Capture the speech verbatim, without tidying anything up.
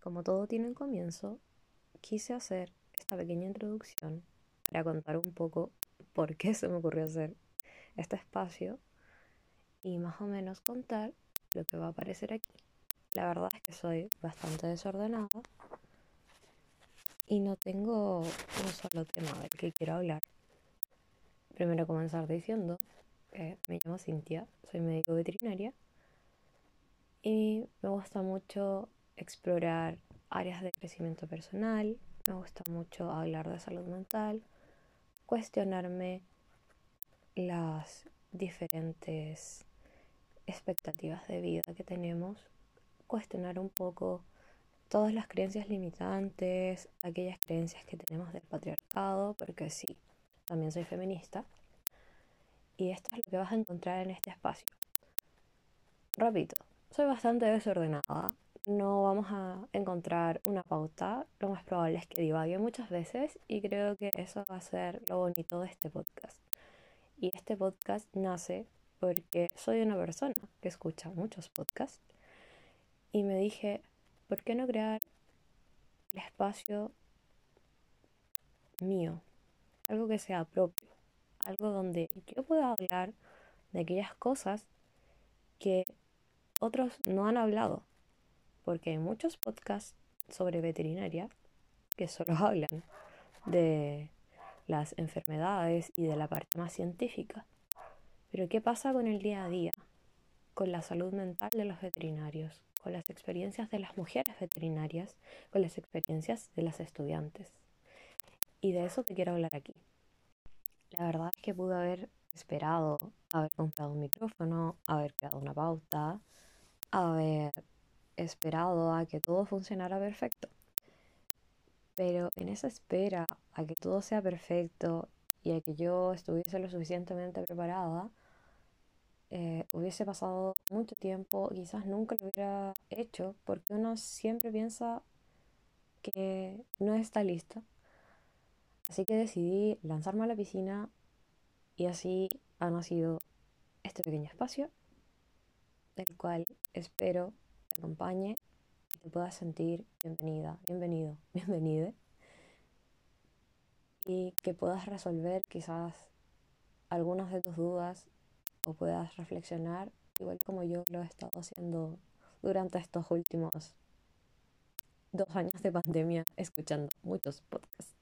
Como todo tiene un comienzo, quise hacer esta pequeña introducción para contar un poco por qué se me ocurrió hacer este espacio y más o menos contar lo que va a aparecer aquí. La verdad es que soy bastante desordenada y no tengo un solo tema del que quiero hablar. Primero comenzar diciendo que me llamo Cintia, soy médico veterinaria y me gusta mucho explorar áreas de crecimiento personal, me gusta mucho hablar de salud mental, cuestionarme las diferentes expectativas de vida que tenemos, cuestionar un poco todas las creencias limitantes, aquellas creencias que tenemos del patriarcado, porque sí, también soy feminista, y esto es lo que vas a encontrar en este espacio. Repito, soy bastante desordenada, no vamos a encontrar una pauta, lo más probable es que divague muchas veces y creo que eso va a ser lo bonito de este podcast. Y este podcast nace porque soy una persona que escucha muchos podcasts y me dije, ¿por qué no crear el espacio mío? Algo que sea propio, algo donde yo pueda hablar de aquellas cosas que otros no han hablado, porque hay muchos podcasts sobre veterinaria que solo hablan de las enfermedades y de la parte más científica. Pero ¿qué pasa con el día a día? Con la salud mental de los veterinarios, con las experiencias de las mujeres veterinarias, con las experiencias de las estudiantes. Y de eso te quiero hablar aquí. La verdad es que pude haber esperado haber comprado un micrófono, haber creado una pauta, haber esperado a que todo funcionara perfecto. Pero en esa espera a que todo sea perfecto y a que yo estuviese lo suficientemente preparada, eh, hubiese pasado mucho tiempo, quizás nunca lo hubiera hecho, porque uno siempre piensa que no está listo. Así que decidí lanzarme a la piscina y así ha nacido este pequeño espacio, del cual espero te acompañe y te puedas sentir bienvenida, bienvenido, bienvenide, y que puedas resolver quizás algunas de tus dudas o puedas reflexionar igual como yo lo he estado haciendo durante estos últimos dos años de pandemia escuchando muchos podcasts.